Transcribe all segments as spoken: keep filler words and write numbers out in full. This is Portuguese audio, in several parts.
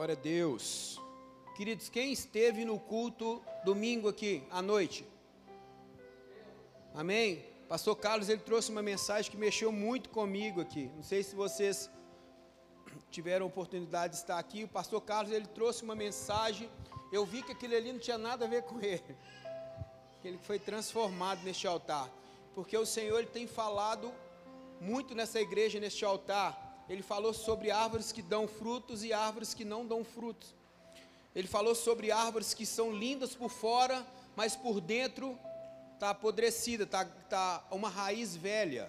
Glória a Deus. Queridos, quem esteve no culto domingo aqui, à noite? Amém? Pastor Carlos, ele trouxe uma mensagem que mexeu muito comigo aqui. Não sei se vocês tiveram a oportunidade de estar aqui. O pastor Carlos, ele trouxe uma mensagem. Eu vi que aquilo ali não tinha nada a ver com ele. Ele foi transformado neste altar. Porque o Senhor, ele tem falado muito nessa igreja, neste altar. Ele falou sobre árvores que dão frutos e árvores que não dão frutos. Ele falou sobre árvores que são lindas por fora, mas por dentro está apodrecida, está tá uma raiz velha.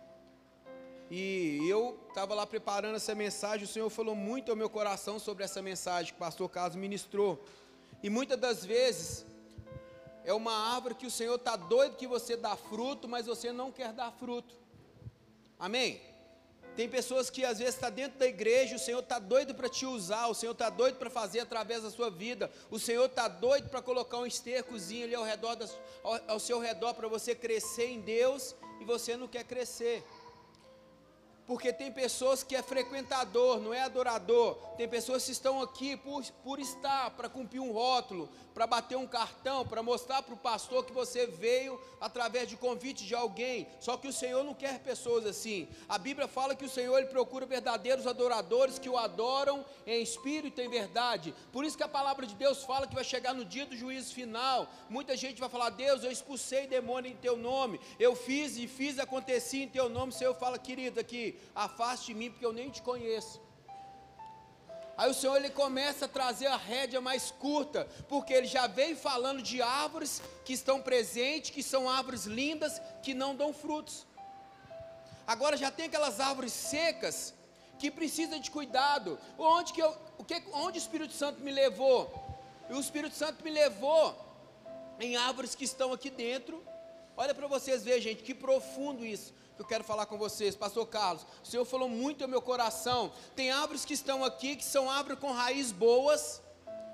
E eu estava lá preparando essa mensagem, o Senhor falou muito ao meu coração sobre essa mensagem que o pastor Carlos ministrou. E muitas das vezes é uma árvore que o Senhor está doido que você dá fruto, mas você não quer dar fruto. Amém? Tem pessoas que às vezes está dentro da igreja, o Senhor está doido para te usar, o Senhor está doido para fazer através da sua vida, o Senhor está doido para colocar um estercozinho ali ao, redor das, ao, ao seu redor para você crescer em Deus, e você não quer crescer. Porque tem pessoas que é frequentador, não é adorador. Tem pessoas que estão aqui por, por estar, para cumprir um rótulo, para bater um cartão, para mostrar para o pastor que você veio através de convite de alguém. Só que o Senhor não quer pessoas assim. A Bíblia fala que o Senhor, ele procura verdadeiros adoradores que o adoram em espírito e em verdade. Por isso que a palavra de Deus fala que vai chegar no dia do juízo final. Muita gente vai falar: Deus, eu expulsei demônio em teu nome, eu fiz e fiz acontecer em teu nome. O Senhor fala: querido, aqui, afaste de mim, porque eu nem te conheço. Aí o Senhor, ele começa a trazer a rédea mais curta, porque ele já veio falando de árvores que estão presentes, que são árvores lindas, que não dão frutos. Agora já tem aquelas árvores secas, que precisam de cuidado. Onde, que eu, o que, onde o Espírito Santo me levou? E o Espírito Santo me levou em árvores que estão aqui dentro. Olha para vocês verem, gente, que profundo isso que eu quero falar com vocês. Pastor Carlos, o Senhor falou muito ao meu coração. Tem árvores que estão aqui, que são árvores com raízes boas,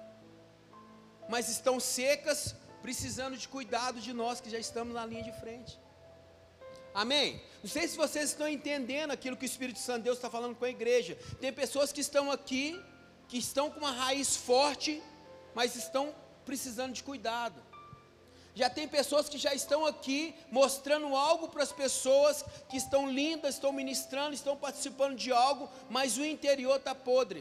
mas estão secas, precisando de cuidado de nós que já estamos na linha de frente. Amém? Não sei se vocês estão entendendo aquilo que o Espírito Santo de Deus está falando com a igreja. Tem pessoas que estão aqui, que estão com uma raiz forte, mas estão precisando de cuidado. Já tem pessoas que já estão aqui mostrando algo para as pessoas, que estão lindas, estão ministrando, estão participando de algo, mas o interior está podre.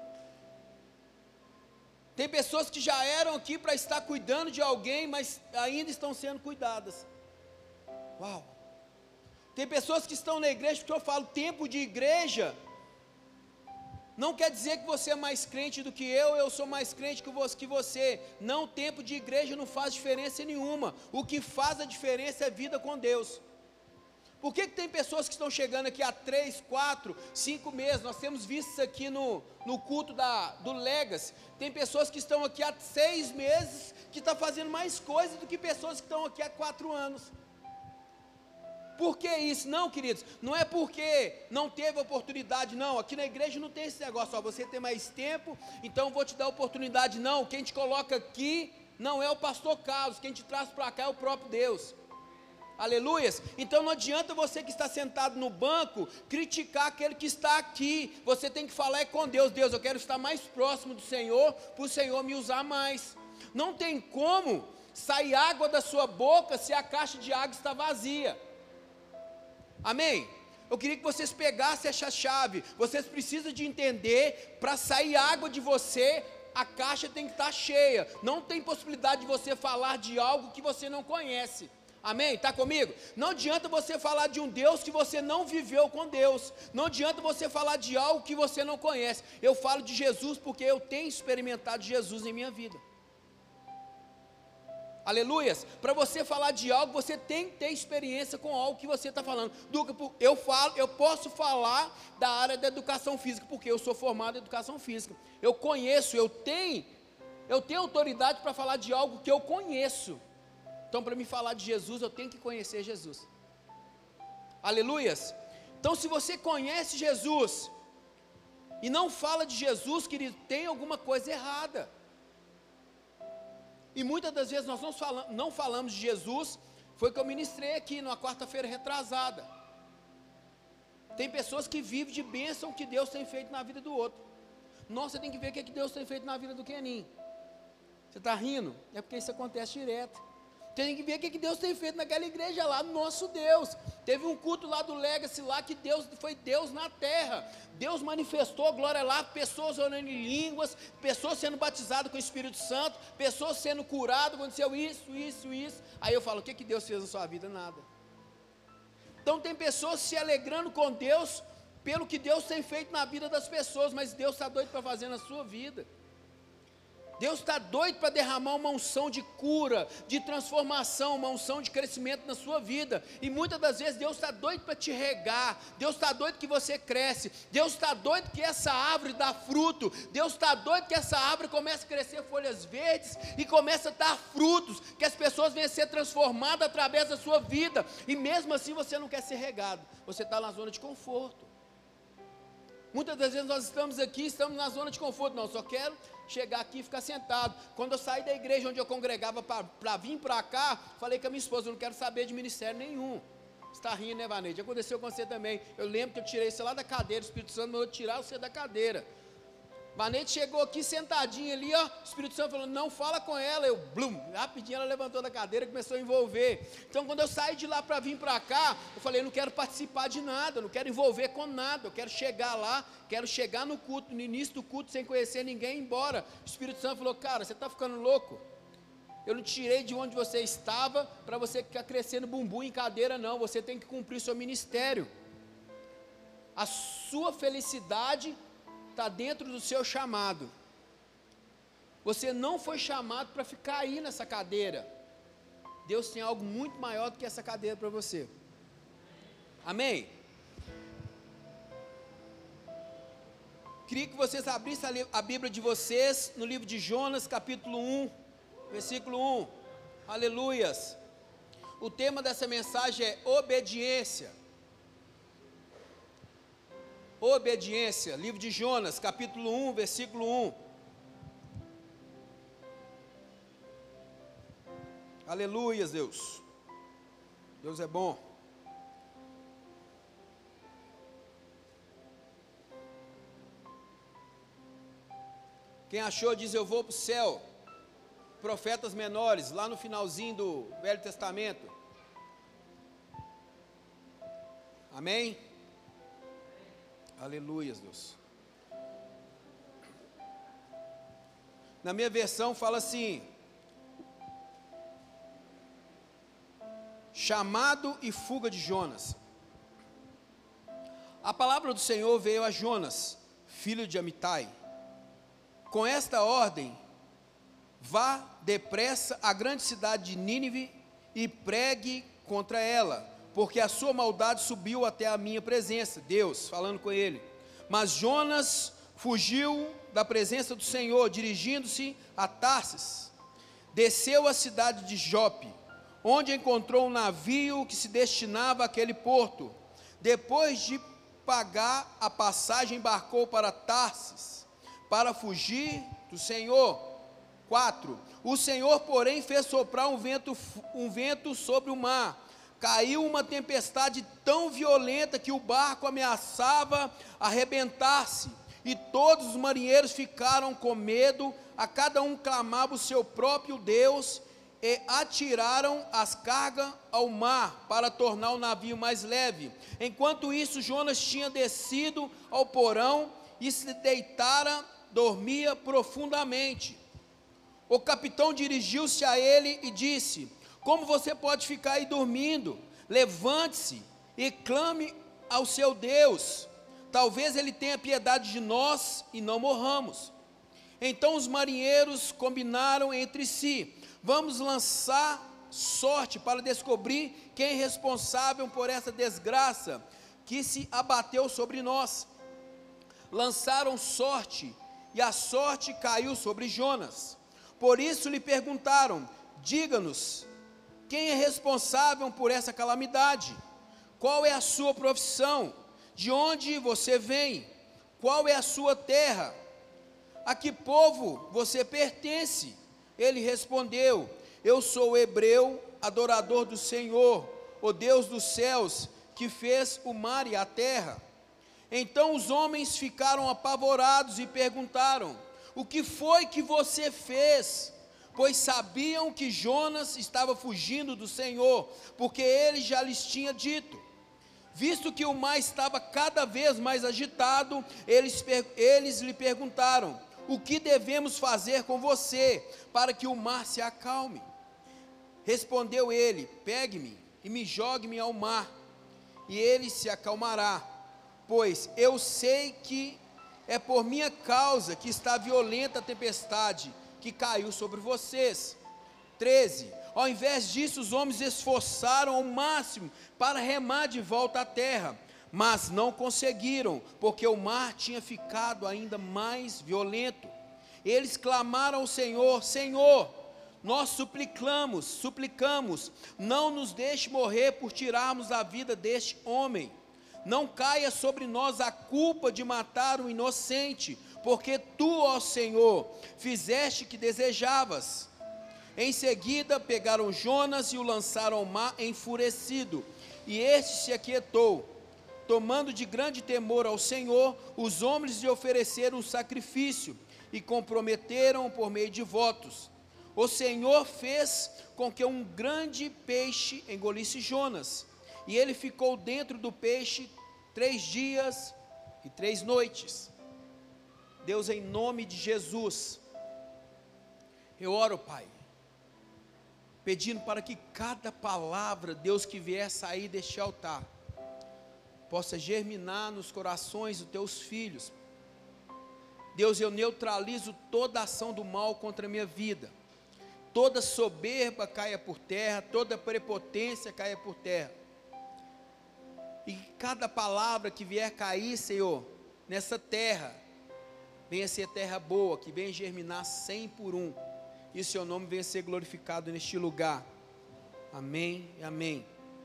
Tem pessoas que já eram aqui para estar cuidando de alguém, mas ainda estão sendo cuidadas. Uau! Tem pessoas que estão na igreja, porque eu falo tempo de igreja, não quer dizer que você é mais crente do que eu, eu sou mais crente que você. Não, tempo de igreja não faz diferença nenhuma. O que faz a diferença é vida com Deus. Por que, que tem pessoas que estão chegando aqui há três, quatro, cinco meses? Nós temos visto isso aqui no, no culto da, do Legacy. Tem pessoas que estão aqui há seis meses, que estão fazendo mais coisa do que pessoas que estão aqui há quatro anos. Por que isso? Não, queridos, não é porque não teve oportunidade, não. Aqui na igreja não tem esse negócio, ó, você tem mais tempo, então vou te dar oportunidade. Não, quem te coloca aqui não é o pastor Carlos, quem te traz para cá é o próprio Deus. Aleluias. Então não adianta você que está sentado no banco criticar aquele que está aqui. Você tem que falar é com Deus. Deus, eu quero estar mais próximo do Senhor, para o Senhor me usar mais. Não tem como sair água da sua boca se a caixa de água está vazia. Amém? Eu queria que vocês pegassem essa chave. Vocês precisam de entender, para sair água de você, a caixa tem que estar cheia. Não tem possibilidade de você falar de algo que você não conhece. Amém? Está comigo? Não adianta você falar de um Deus que você não viveu com Deus. Não adianta você falar de algo que você não conhece. Eu falo de Jesus porque eu tenho experimentado Jesus em minha vida. Aleluias, para você falar de algo, você tem que ter experiência com algo que você está falando. Duca, eu falo, eu posso falar da área da educação física, porque eu sou formado em educação física. Eu conheço, eu tenho, eu tenho autoridade para falar de algo que eu conheço. Então, para me falar de Jesus, eu tenho que conhecer Jesus. Aleluias. Então, se você conhece Jesus e não fala de Jesus, querido, tem alguma coisa errada. E muitas das vezes nós não falamos, não falamos de Jesus. Foi o que eu ministrei aqui numa quarta-feira retrasada. Tem pessoas que vivem de bênção que Deus tem feito na vida do outro. Nossa, você tem que ver o que, é que Deus tem feito na vida do Kenin. Você está rindo? É porque isso acontece direto. Tem que ver o que, que Deus tem feito naquela igreja lá, nosso Deus. Teve um culto lá do Legacy lá, que Deus, foi Deus na terra. Deus manifestou, glória lá, pessoas orando em línguas, pessoas sendo batizadas com o Espírito Santo, pessoas sendo curadas, aconteceu isso, isso, isso. Aí eu falo, o que, que Deus fez na sua vida? Nada. Então tem pessoas se alegrando com Deus, pelo que Deus tem feito na vida das pessoas, mas Deus está doido para fazer na sua vida. Deus está doido para derramar uma unção de cura, de transformação, uma unção de crescimento na sua vida, e muitas das vezes Deus está doido para te regar, Deus está doido que você cresce, Deus está doido que essa árvore dá fruto, Deus está doido que essa árvore comece a crescer folhas verdes, e comece a dar frutos, que as pessoas venham a ser transformadas através da sua vida, e mesmo assim você não quer ser regado, você está na zona de conforto. Muitas das vezes nós estamos aqui, estamos na zona de conforto, não, só quero chegar aqui e ficar sentado. Quando eu saí da igreja onde eu congregava para vir para cá, falei com a minha esposa, eu não quero saber de ministério nenhum. Você está rindo, né, Vaneide? Aconteceu com você também. Eu lembro que eu tirei você lá da cadeira, o Espírito Santo mandou tirar você da cadeira. Vaneide chegou aqui sentadinha ali, ó, o Espírito Santo falou, não fala com ela, eu, blum, rapidinho ela levantou da cadeira e começou a envolver. Então quando eu saí de lá para vir para cá, eu falei, eu não quero participar de nada, eu não quero envolver com nada, eu quero chegar lá, quero chegar no culto, no início do culto, sem conhecer ninguém, e ir embora. O Espírito Santo falou, cara, você está ficando louco? Eu não tirei de onde você estava, para você ficar crescendo bumbum em cadeira, não, você tem que cumprir seu ministério. A sua felicidade está dentro do seu chamado. Você não foi chamado para ficar aí nessa cadeira. Deus tem algo muito maior do que essa cadeira para você. Amém? Queria que vocês abrissem a Bíblia de vocês no livro de Jonas, capítulo um, versículo um. Aleluias. O tema dessa mensagem é obediência. Obediência, livro de Jonas, capítulo um, versículo um. Aleluia, Deus. Deus é bom. Quem achou diz, eu vou para o céu. Profetas menores, lá no finalzinho do Velho Testamento. Amém? Aleluia, Deus. Na minha versão fala assim: chamado e fuga de Jonas. A palavra do Senhor veio a Jonas, filho de Amitai, com esta ordem: vá depressa à grande cidade de Nínive e pregue contra ela, porque a sua maldade subiu até a minha presença. Deus falando com ele. Mas Jonas fugiu da presença do Senhor, dirigindo-se a Tarsis. Desceu à cidade de Jope, onde encontrou um navio que se destinava àquele porto. Depois de pagar a passagem, embarcou para Tarsis, para fugir do Senhor. quatro. O Senhor, porém, fez soprar um vento, um vento sobre o mar. Caiu uma tempestade tão violenta que o barco ameaçava arrebentar-se, e todos os marinheiros ficaram com medo, a cada um clamava o seu próprio Deus, e atiraram as cargas ao mar, para tornar o navio mais leve. Enquanto isso, Jonas tinha descido ao porão, e se deitara, dormia profundamente. O capitão dirigiu-se a ele e disse: como você pode ficar aí dormindo? Levante-se e clame ao seu Deus, talvez ele tenha piedade de nós e não morramos. Então os marinheiros combinaram entre si: vamos lançar sorte para descobrir quem é responsável por essa desgraça que se abateu sobre nós. Lançaram sorte, e a sorte caiu sobre Jonas. Por isso lhe perguntaram: diga-nos, quem é responsável por essa calamidade? Qual é a sua profissão? De onde você vem? Qual é a sua terra? A que povo você pertence? Ele respondeu: eu sou hebreu, adorador do Senhor, o Deus dos céus, que fez o mar e a terra. Então os homens ficaram apavorados e perguntaram: o que foi que você fez? Pois sabiam que Jonas estava fugindo do Senhor, porque ele já lhes tinha dito. Visto que o mar estava cada vez mais agitado, eles, eles lhe perguntaram: o que devemos fazer com você, para que o mar se acalme? Respondeu ele: pegue-me e me jogue-me ao mar, e ele se acalmará, pois eu sei que é por minha causa que está violenta a tempestade que caiu sobre vocês. treze. Ao invés disso, os homens esforçaram ao máximo para remar de volta à terra, mas não conseguiram, porque o mar tinha ficado ainda mais violento. Eles clamaram ao Senhor: Senhor, nós suplicamos, suplicamos, não nos deixe morrer por tirarmos a vida deste homem. Não caia sobre nós a culpa de matar um inocente, porque tu, ó Senhor, fizeste o que desejavas. Em seguida pegaram Jonas e o lançaram ao mar enfurecido, e este se aquietou. Tomando de grande temor ao Senhor, os homens lhe ofereceram um sacrifício e comprometeram por meio de votos. O Senhor fez com que um grande peixe engolisse Jonas, e ele ficou dentro do peixe três dias e três noites. Deus, em nome de Jesus, eu oro, Pai, pedindo para que cada palavra, Deus, que vier sair deste altar, possa germinar nos corações dos teus filhos. Deus, eu neutralizo toda ação do mal contra a minha vida, toda soberba caia por terra, toda prepotência caia por terra, e cada palavra que vier cair, Senhor, nessa terra, venha ser terra boa, que venha germinar cem por um, e o seu nome venha ser glorificado neste lugar. Amém e amém.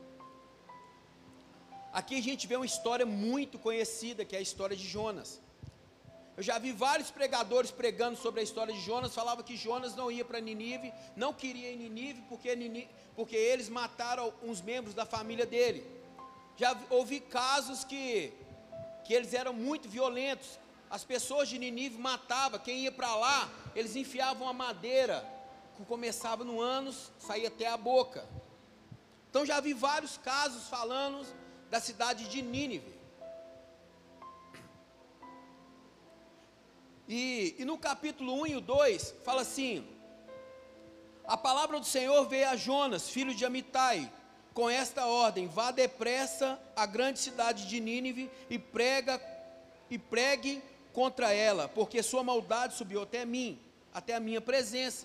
Aqui a gente vê uma história muito conhecida, que é a história de Jonas. Eu já vi vários pregadores pregando sobre a história de Jonas, falava que Jonas não ia para Nínive, não queria ir em Nínive, porque, Nínive, porque eles mataram uns membros da família dele. Já ouvi casos que, que eles eram muito violentos. As pessoas de Nínive matavam, quem ia para lá, eles enfiavam a madeira, que começava no ânus, saía até a boca. Então já vi vários casos falando da cidade de Nínive. E, e no capítulo um e o dois, fala assim: a palavra do Senhor veio a Jonas, filho de Amitai, com esta ordem: vá depressa à grande cidade de Nínive e prega e pregue contra ela, porque sua maldade subiu até mim, até a minha presença.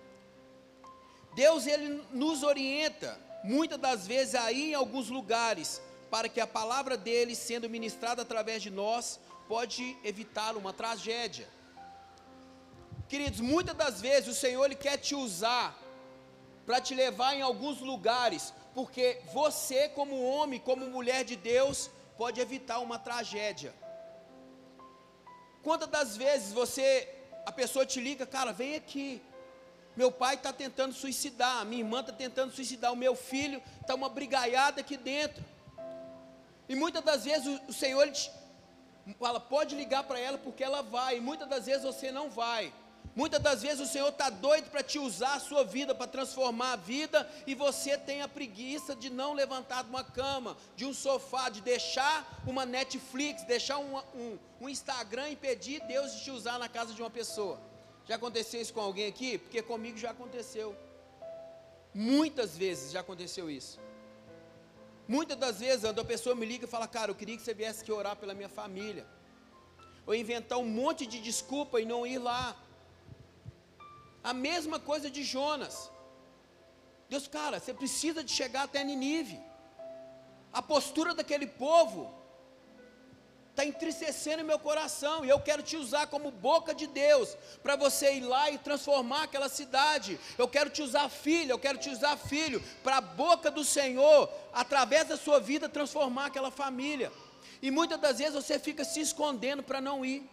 Deus, ele nos orienta muitas das vezes a ir em alguns lugares, para que a palavra dele, sendo ministrada através de nós, pode evitar uma tragédia. Queridos, muitas das vezes o Senhor, ele quer te usar para te levar em alguns lugares, porque você, como homem, como mulher de Deus, pode evitar uma tragédia. Quantas das vezes você, a pessoa te liga: cara, vem aqui, meu pai está tentando suicidar, minha irmã está tentando suicidar, o meu filho está uma brigaiada aqui dentro. E muitas das vezes o, o Senhor, ele te fala: pode ligar para ela, porque ela vai. E muitas das vezes você não vai. Muitas das vezes o Senhor está doido para te usar a sua vida, para transformar a vida, e você tem a preguiça de não levantar de uma cama, de um sofá, de deixar uma Netflix, deixar um, um, um Instagram e pedir Deus de te usar na casa de uma pessoa. Já aconteceu isso com alguém aqui? Porque comigo já aconteceu. Muitas vezes já aconteceu isso. Muitas das vezes a pessoa me liga e fala: cara, eu queria que você viesse aqui orar pela minha família. Ou inventar um monte de desculpa e não ir lá. A mesma coisa de Jonas. Deus, cara, você precisa de chegar até Nínive. A postura daquele povo está entristecendo meu coração, e eu quero te usar como boca de Deus, para você ir lá e transformar aquela cidade. Eu quero te usar, filho, eu quero te usar, filho, para a boca do Senhor, através da sua vida, transformar aquela família. E muitas das vezes você fica se escondendo para não ir.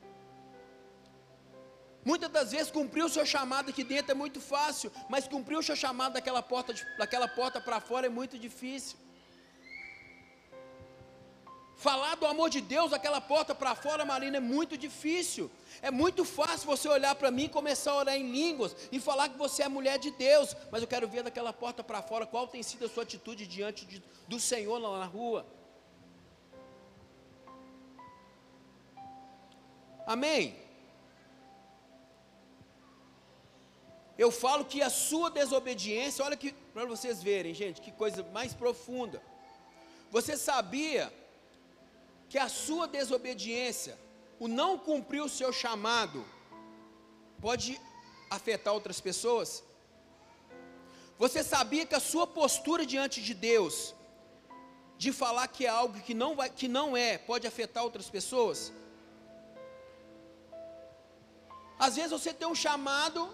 Muitas das vezes cumprir o seu chamado aqui dentro é muito fácil, mas cumprir o seu chamado daquela porta, daquela porta para fora é muito difícil. Falar do amor de Deus, aquela porta para fora, Marina, é muito difícil. É muito fácil você olhar para mim e começar a orar em línguas e falar que você é mulher de Deus, mas eu quero ver daquela porta para fora qual tem sido a sua atitude diante de, do Senhor lá na rua. Amém? Eu falo que a sua desobediência, olha que, para vocês verem, gente, que coisa mais profunda. Você sabia que a sua desobediência, o não cumprir o seu chamado, pode afetar outras pessoas? Você sabia que a sua postura diante de Deus, de falar que é algo que não, vai, que não é, pode afetar outras pessoas? Às vezes você tem um chamado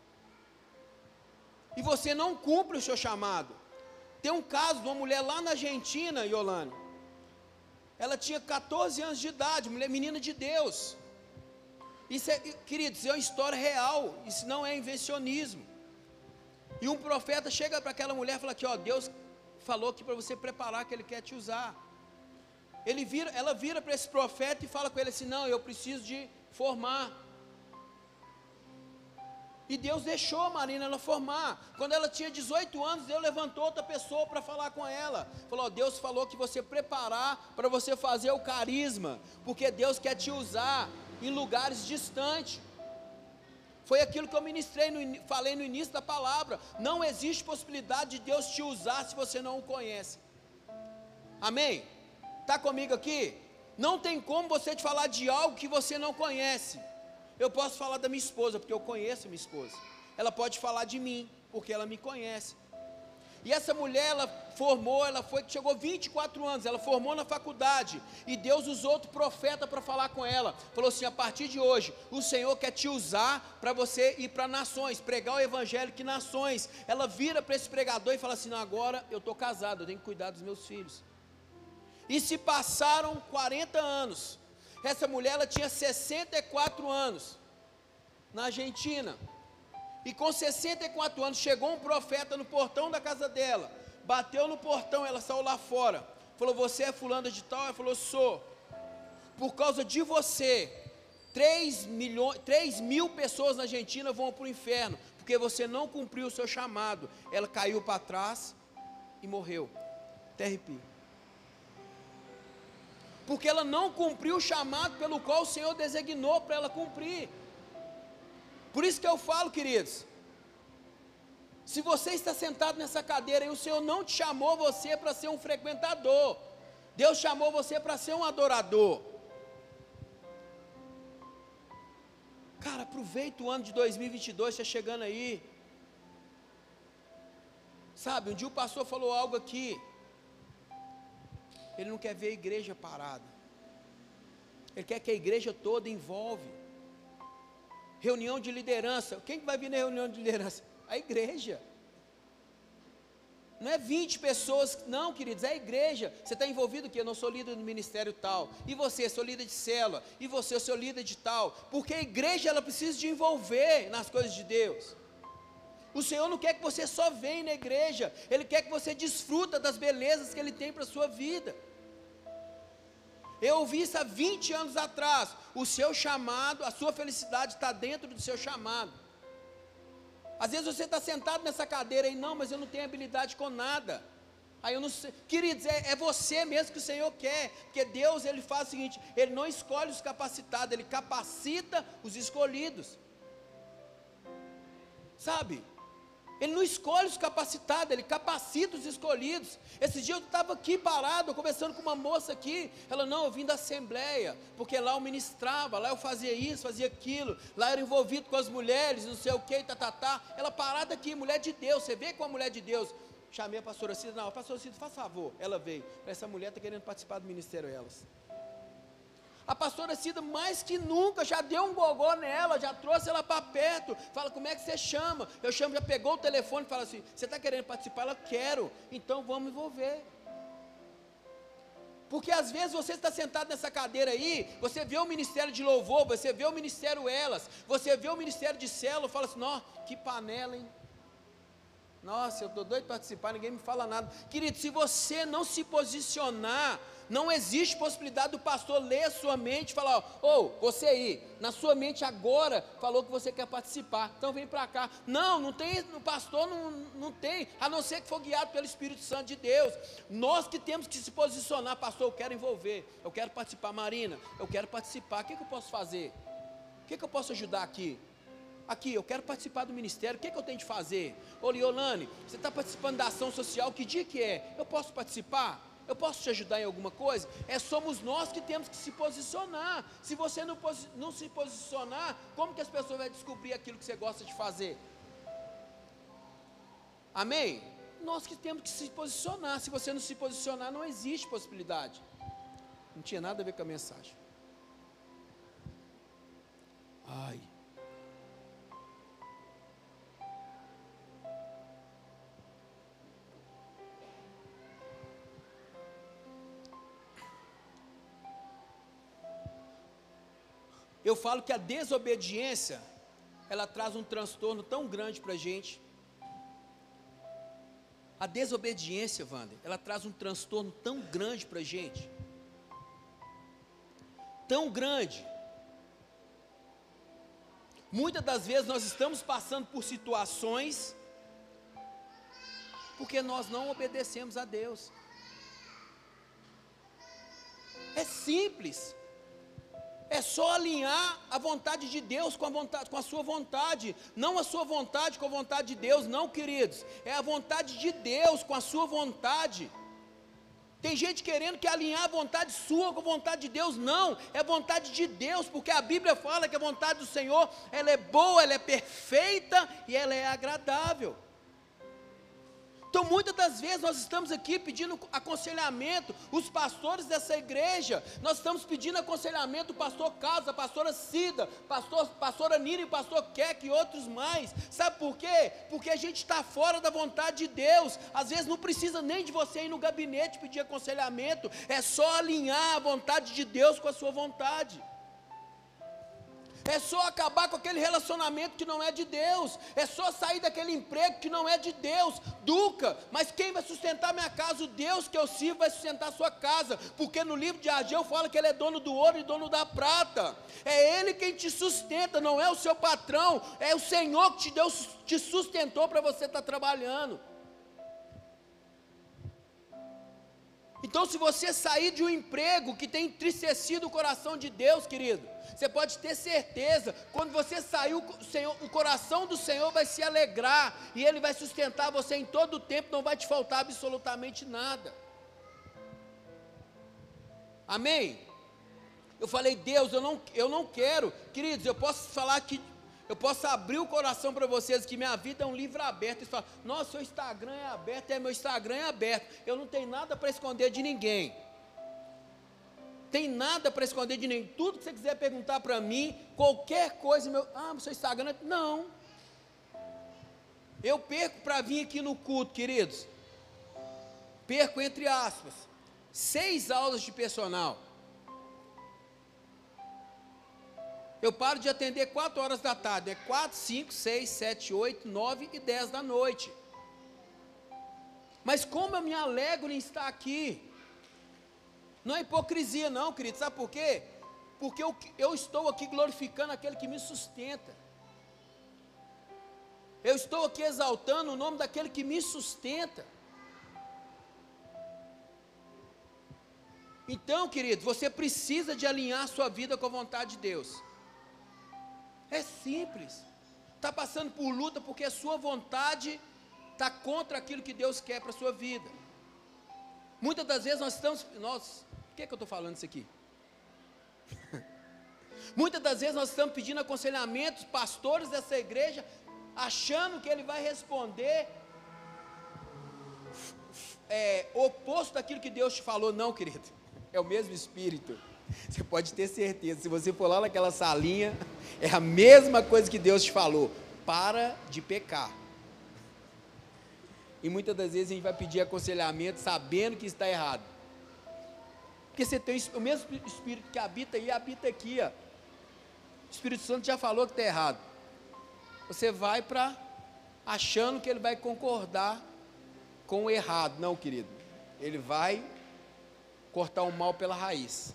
e você não cumpre o seu chamado. Tem um caso de uma mulher lá na Argentina, Yolane. Ela tinha catorze anos de idade, mulher, menina de Deus. Isso é, queridos, isso é uma história real, isso não é invencionismo. E um profeta chega para aquela mulher e fala aqui, ó, Deus falou aqui para você preparar que Ele quer te usar. Ele vira, ela vira para esse profeta e fala com ele assim, não, eu preciso de formar. E Deus deixou a Marina ela formar. Quando ela tinha dezoito anos, Deus levantou outra pessoa para falar com ela. Falou, ó, Deus falou que você preparar para você fazer o carisma, porque Deus quer te usar em lugares distantes. Foi aquilo que eu ministrei, no, falei no início da palavra. Não existe possibilidade de Deus te usar se você não o conhece. Amém? Está comigo aqui? Não tem como você te falar de algo que você não conhece. Eu posso falar da minha esposa, porque eu conheço minha esposa. Ela pode falar de mim, porque ela me conhece. E essa mulher, ela formou, ela foi, chegou vinte e quatro anos, ela formou na faculdade, e Deus usou outro profeta para falar com ela. Falou assim, a partir de hoje, o Senhor quer te usar para você ir para nações, pregar o evangelho que nações. Ela vira para esse pregador e fala assim, não, agora eu estou casada, eu tenho que cuidar dos meus filhos. E se passaram quarenta anos. Essa mulher, ela tinha sessenta e quatro anos, na Argentina, e com sessenta e quatro anos, chegou um profeta no portão da casa dela, bateu no portão, ela saiu lá fora, falou, você é fulana de tal? Ela falou, sou. Por causa de você, três milhões, três mil pessoas na Argentina vão para o inferno, porque você não cumpriu o seu chamado. Ela caiu para trás e morreu, até arrepio. Porque ela não cumpriu o chamado pelo qual o Senhor designou para ela cumprir. Por isso que eu falo, queridos, se você está sentado nessa cadeira e o Senhor não te chamou você para ser um frequentador, Deus chamou você para ser um adorador. Cara, aproveita o ano de dois mil e vinte e dois, está chegando aí. Sabe, um dia o pastor falou algo aqui. Ele não quer ver a igreja parada. Ele quer que a igreja toda envolve. Reunião de liderança. Quem vai vir na reunião de liderança? A igreja. Não é vinte pessoas, não, queridos, é a igreja. Você está envolvido o quê? Eu não sou líder do ministério tal. E você, sou líder de célula. E você, eu sou líder de tal. Porque a igreja, ela precisa de envolver nas coisas de Deus. O Senhor não quer que você só venha na igreja. Ele quer que você desfruta das belezas que Ele tem para a sua vida. Eu ouvi isso há vinte anos atrás. O seu chamado, a sua felicidade está dentro do seu chamado. Às vezes você está sentado nessa cadeira e não, mas eu não tenho habilidade com nada. Aí eu não sei, queridos, é, é você mesmo que o Senhor quer, porque Deus, Ele faz o seguinte, Ele não escolhe os capacitados, Ele capacita os escolhidos. Sabe? Ele não escolhe os capacitados, Ele capacita os escolhidos. Esse dia eu estava aqui parado, conversando com uma moça aqui. Ela, não, eu vim da Assembleia, porque lá eu ministrava, lá eu fazia isso, fazia aquilo. Lá eu era envolvido com as mulheres, não sei o que, tá, tá, tá. Ela parada aqui, mulher de Deus, você vê com a mulher de Deus. Chamei a pastora Cida, não, a pastora Cida, faz favor. Ela veio, essa mulher está querendo participar do ministério, elas. A pastora Cida, mais que nunca, já deu um gogó nela, já trouxe ela para perto, fala, como é que você chama? Eu chamo, já pegou o telefone e fala assim, você está querendo participar? Ela, quero, então vamos envolver. Porque às vezes você está sentado nessa cadeira aí, você vê o ministério de louvor, você vê o ministério elas, você vê o ministério de célula, fala assim, nossa, que panela, hein? Nossa, eu estou doido para participar, ninguém me fala nada. Querido, se você não se posicionar Não existe possibilidade do pastor ler a sua mente e falar, ô, oh, você aí, na sua mente agora, falou que você quer participar, então vem para cá. Não, não tem, o pastor não, não tem, a não ser que for guiado pelo Espírito Santo de Deus. Nós que temos que se posicionar, pastor, eu quero envolver, eu quero participar, Marina, eu quero participar, o que, que eu posso fazer? O que, que eu posso ajudar aqui? Aqui, eu quero participar do ministério, o que, que eu tenho de fazer? Ô Liolane, você está participando da ação social, que dia que é? Eu posso participar? Eu posso te ajudar em alguma coisa? É, somos nós que temos que se posicionar. Se você não, não se posicionar, como que as pessoas vão descobrir aquilo que você gosta de fazer? Amém? Nós que temos que se posicionar. Se você não se posicionar, não existe possibilidade. Não tinha nada a ver com a mensagem. Ai. Eu falo que a desobediência, ela traz um transtorno tão grande para a gente. A desobediência, Wander, ela traz um transtorno tão grande para a gente. Tão grande. Muitas das vezes nós estamos passando por situações, porque nós não obedecemos a Deus. É simples. É só alinhar a vontade de Deus com a, vontade, com a sua vontade, não a sua vontade com a vontade de Deus, não, queridos, é a vontade de Deus com a sua vontade. Tem gente querendo que alinhar a vontade sua com a vontade de Deus, não, é a vontade de Deus, porque a Bíblia fala que a vontade do Senhor, ela é boa, ela é perfeita e ela é agradável. Então, muitas das vezes nós estamos aqui pedindo aconselhamento, os pastores dessa igreja, nós estamos pedindo aconselhamento, o pastor Carlos, a pastora Cida, pastor, pastora Nina e o pastor Keck e outros mais. Sabe por quê? Porque a gente está fora da vontade de Deus. Às vezes não precisa nem de você ir no gabinete pedir aconselhamento, é só alinhar a vontade de Deus com a sua vontade. É só acabar com aquele relacionamento que não é de Deus. É só sair daquele emprego que não é de Deus. Duca, mas quem vai sustentar minha casa? O Deus que eu sirvo vai sustentar a sua casa. Porque no livro de Ageu fala que ele é dono do ouro e dono da prata. É Ele quem te sustenta, não é o seu patrão. É o Senhor que te deu, te sustentou para você estar trabalhando. Então, se você sair de um emprego que tem entristecido o coração de Deus, querido, você pode ter certeza, quando você sair, o, Senhor, o coração do Senhor vai se alegrar, e Ele vai sustentar você em todo o tempo, não vai te faltar absolutamente nada. Amém? Eu falei, Deus, eu não, eu não quero, queridos, eu posso falar que, eu posso abrir o coração para vocês, que minha vida é um livro aberto. Eles falam, nossa, seu Instagram é aberto, é, meu Instagram é aberto, eu não tenho nada para esconder de ninguém. Tem nada para esconder de ninguém. Tudo que você quiser perguntar para mim, qualquer coisa, meu, ah, seu Instagram, não. Eu perco para vir aqui no culto, queridos. Perco entre aspas, seis aulas de personal. Eu paro de atender quatro horas da tarde, é quatro, cinco, seis, sete, oito, nove e dez da noite. Mas como eu me alegro em estar aqui. Não é hipocrisia não, querido, sabe por quê? Porque eu, eu estou aqui glorificando aquele que me sustenta. Eu estou aqui exaltando o nome daquele que me sustenta. Então, querido, você precisa de alinhar a sua vida com a vontade de Deus. É simples. Está passando por luta porque a sua vontade está contra aquilo que Deus quer para a sua vida. Muitas das vezes nós estamos... Nós, por que, que eu estou falando isso aqui? Muitas das vezes nós estamos pedindo aconselhamento, pastores dessa igreja, achando que ele vai responder é, oposto daquilo que Deus te falou. Não, querido, é o mesmo Espírito. Você pode ter certeza, se você for lá naquela salinha, é a mesma coisa que Deus te falou. Para de pecar. E muitas das vezes a gente vai pedir aconselhamento sabendo que está errado. Porque você tem o mesmo Espírito que habita aí, habita aqui, ó. O Espírito Santo já falou que está errado. Você vai para achando que ele vai concordar com o errado. Não, querido. Ele vai cortar o mal pela raiz.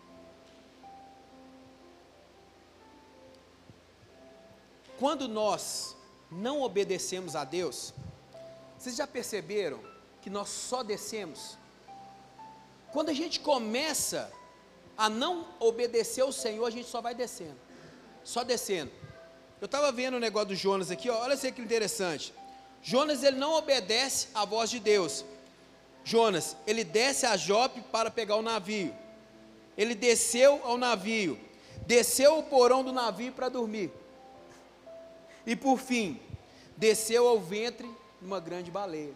Quando nós não obedecemos a Deus, vocês já perceberam que nós só descemos? Quando a gente começa a não obedecer ao Senhor, a gente só vai descendo, só descendo. Eu estava vendo o negócio do Jonas aqui, ó, olha só que interessante. Jonas, ele não obedece à voz de Deus. Jonas, ele desce a Jope para pegar o navio. Ele desceu ao navio, desceu o porão do navio para dormir. E por fim, desceu ao ventre de uma grande baleia.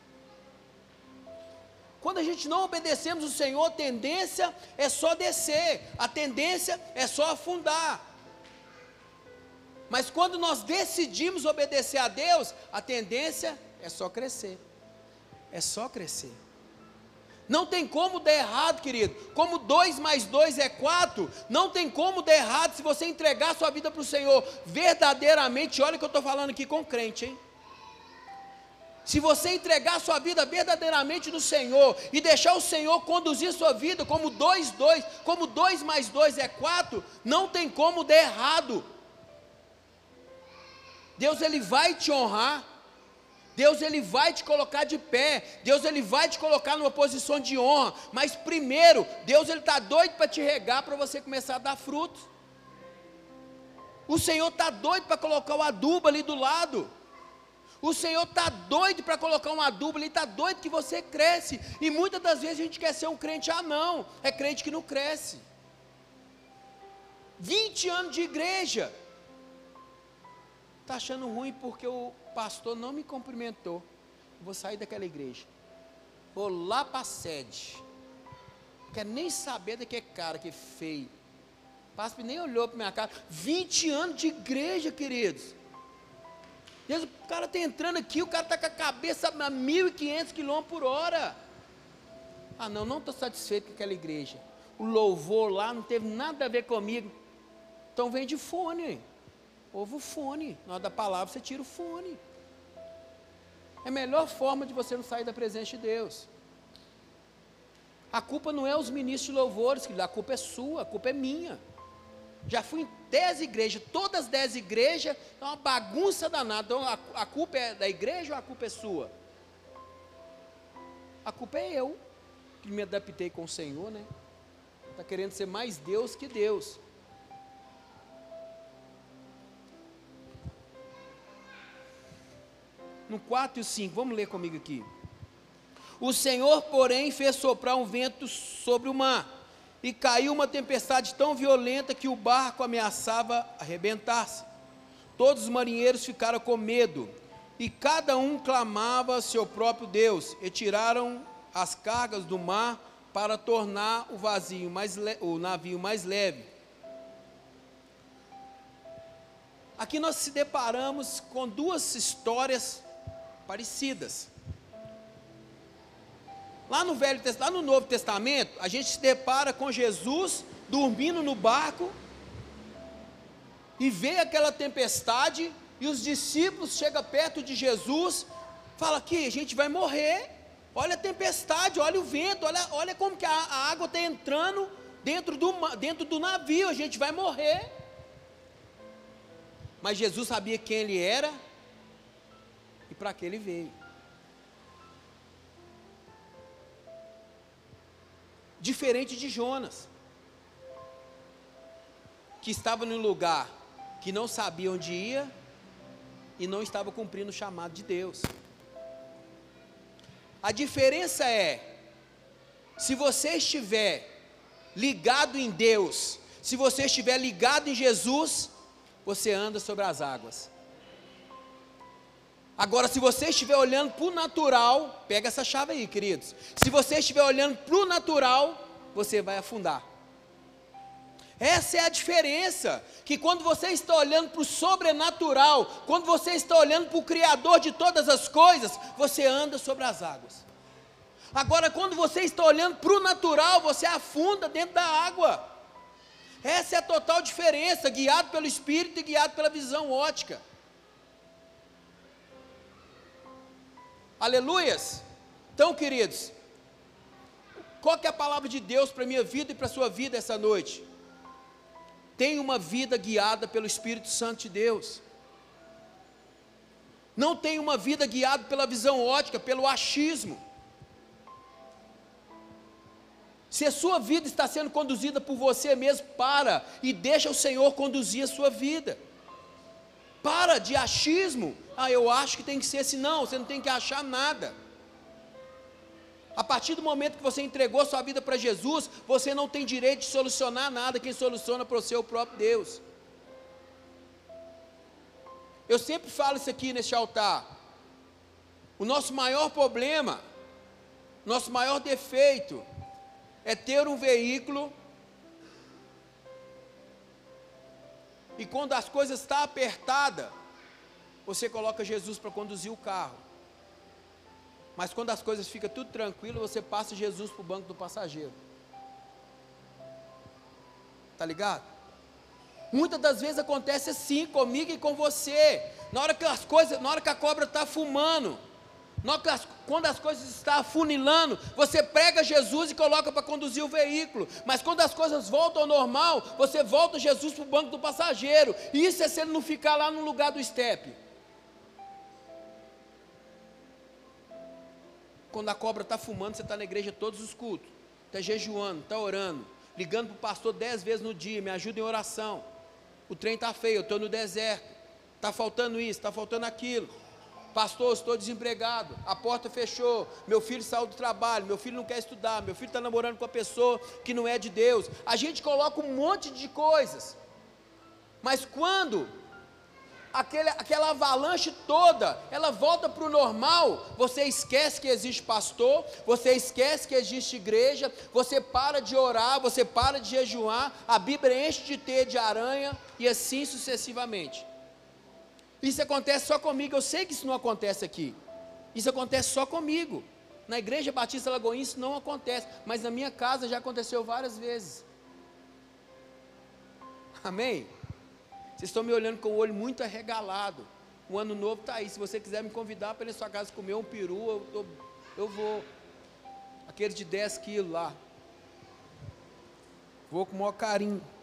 Quando a gente não obedecemos o Senhor, a tendência é só descer, a tendência é só afundar. Mas quando nós decidimos obedecer a Deus, a tendência é só crescer, é só crescer. Não tem como dar errado, querido. Como dois mais dois é quatro, não tem como dar errado se você entregar sua vida para o Senhor verdadeiramente. Olha o que eu estou falando aqui com crente, hein? Se você entregar sua vida verdadeiramente no Senhor e deixar o Senhor conduzir sua vida como dois, dois, como dois mais dois é quatro, não tem como dar errado. Deus, ele vai te honrar. Deus, ele vai te colocar de pé. Deus, ele vai te colocar numa posição de honra. Mas primeiro, Deus, ele está doido para te regar, para você começar a dar frutos. O Senhor está doido para colocar o adubo ali do lado. O Senhor está doido para colocar um adubo ali, está doido que você cresce. E muitas das vezes a gente quer ser um crente anão, é crente que não cresce. vinte anos de igreja, está achando ruim porque o pastor não me cumprimentou. Vou sair daquela igreja, vou lá para a sede. Não quero nem saber daquele cara que é feio. O pastor nem olhou para minha cara. vinte anos de igreja, queridos. O cara está entrando aqui, o cara está com a cabeça a mil e quinhentos quilômetros por hora. Ah não, não estou satisfeito com aquela igreja. O louvor lá não teve nada a ver comigo. Então vem de fone. Ouve o fone. Na hora da palavra você tira o fone. É a melhor forma de você não sair da presença de Deus. A culpa não é os ministros de louvores, a culpa é sua, a culpa é minha. Já fui em dez igrejas, todas as dez igrejas, é uma bagunça danada. Então a, a culpa é da igreja ou a culpa é sua? A culpa é eu, que me adaptei com o Senhor, né? Está querendo ser mais Deus que Deus. No quatro e o cinco, vamos ler comigo aqui. O Senhor, porém, fez soprar um vento sobre o mar, e caiu uma tempestade tão violenta que o barco ameaçava arrebentar-se. Todos os marinheiros ficaram com medo, e cada um clamava a seu próprio Deus, e tiraram as cargas do mar para tornar o, vazio mais le- o navio mais leve. Aqui nós se deparamos com duas histórias parecidas. Lá no, Velho, lá no Novo Testamento, a gente se depara com Jesus dormindo no barco e vê aquela tempestade, e os discípulos chegam perto de Jesus, falam aqui, a gente vai morrer, olha a tempestade, olha o vento, olha, olha como que a, a água está entrando dentro do, dentro do navio, a gente vai morrer. Mas Jesus sabia quem ele era e para que ele veio. Diferente de Jonas, que estava num lugar que não sabia onde ia e não estava cumprindo o chamado de Deus. A diferença é, se você estiver ligado em Deus, se você estiver ligado em Jesus, você anda sobre as águas. Agora, se você estiver olhando para o natural, pega essa chave aí, queridos. Se você estiver olhando para o natural, você vai afundar. Essa é a diferença, que quando você está olhando para o sobrenatural, quando você está olhando para o Criador de todas as coisas, você anda sobre as águas. Agora, quando você está olhando para o natural, você afunda dentro da água. Essa é a total diferença, guiado pelo Espírito e guiado pela visão ótica. Aleluias. Então, queridos, Qual que é a palavra de Deus para a minha vida e para a sua vida essa noite? Tenha uma vida guiada pelo Espírito Santo de Deus. Não tenha uma vida guiada pela visão ótica, pelo achismo. Se a sua vida está sendo conduzida por você mesmo, para e deixa o Senhor conduzir a sua vida. Para de achismo. Ah, eu acho que tem que ser assim. Não, você não tem que achar nada. A partir do momento que você entregou sua vida para Jesus, você não tem direito de solucionar nada. Quem soluciona para você é o próprio Deus. Eu sempre falo isso aqui neste altar. O nosso maior problema, nosso maior defeito, é ter um veículo e quando as coisas estão apertadas, você coloca Jesus para conduzir o carro. Mas quando as coisas ficam tudo tranquilo, você passa Jesus para o banco do passageiro. Tá ligado? Muitas das vezes acontece assim comigo e com você. Na hora que as coisas, na hora que a cobra está fumando, na hora que as, quando as coisas estão afunilando, você prega Jesus e coloca para conduzir o veículo. Mas quando as coisas voltam ao normal, você volta Jesus para o banco do passageiro. E isso é se ele não ficar lá no lugar do estepe. Quando a cobra está fumando, você está na igreja todos os cultos, está jejuando, está orando, ligando para o pastor dez vezes no dia, me ajuda em oração. O trem está feio, eu estou no deserto, está faltando isso, está faltando aquilo. Pastor, estou desempregado, a porta fechou, meu filho saiu do trabalho, meu filho não quer estudar, meu filho está namorando com uma pessoa que não é de Deus. A gente coloca um monte de coisas, mas quando Aquele, aquela avalanche toda, ela volta para o normal, você esquece que existe pastor, você esquece que existe igreja, você para de orar, você para de jejuar, a Bíblia enche de teia de aranha, e assim sucessivamente. Isso acontece só comigo, eu sei que isso não acontece aqui, isso acontece só comigo, na Igreja Batista Lagoinha isso não acontece, mas na minha casa já aconteceu várias vezes. Amém? Vocês estão me olhando com o olho muito arregalado. O ano novo está aí. Se você quiser me convidar para ir na sua casa comer um peru, eu, tô, eu vou. Aquele de dez quilos lá. Vou com o maior carinho.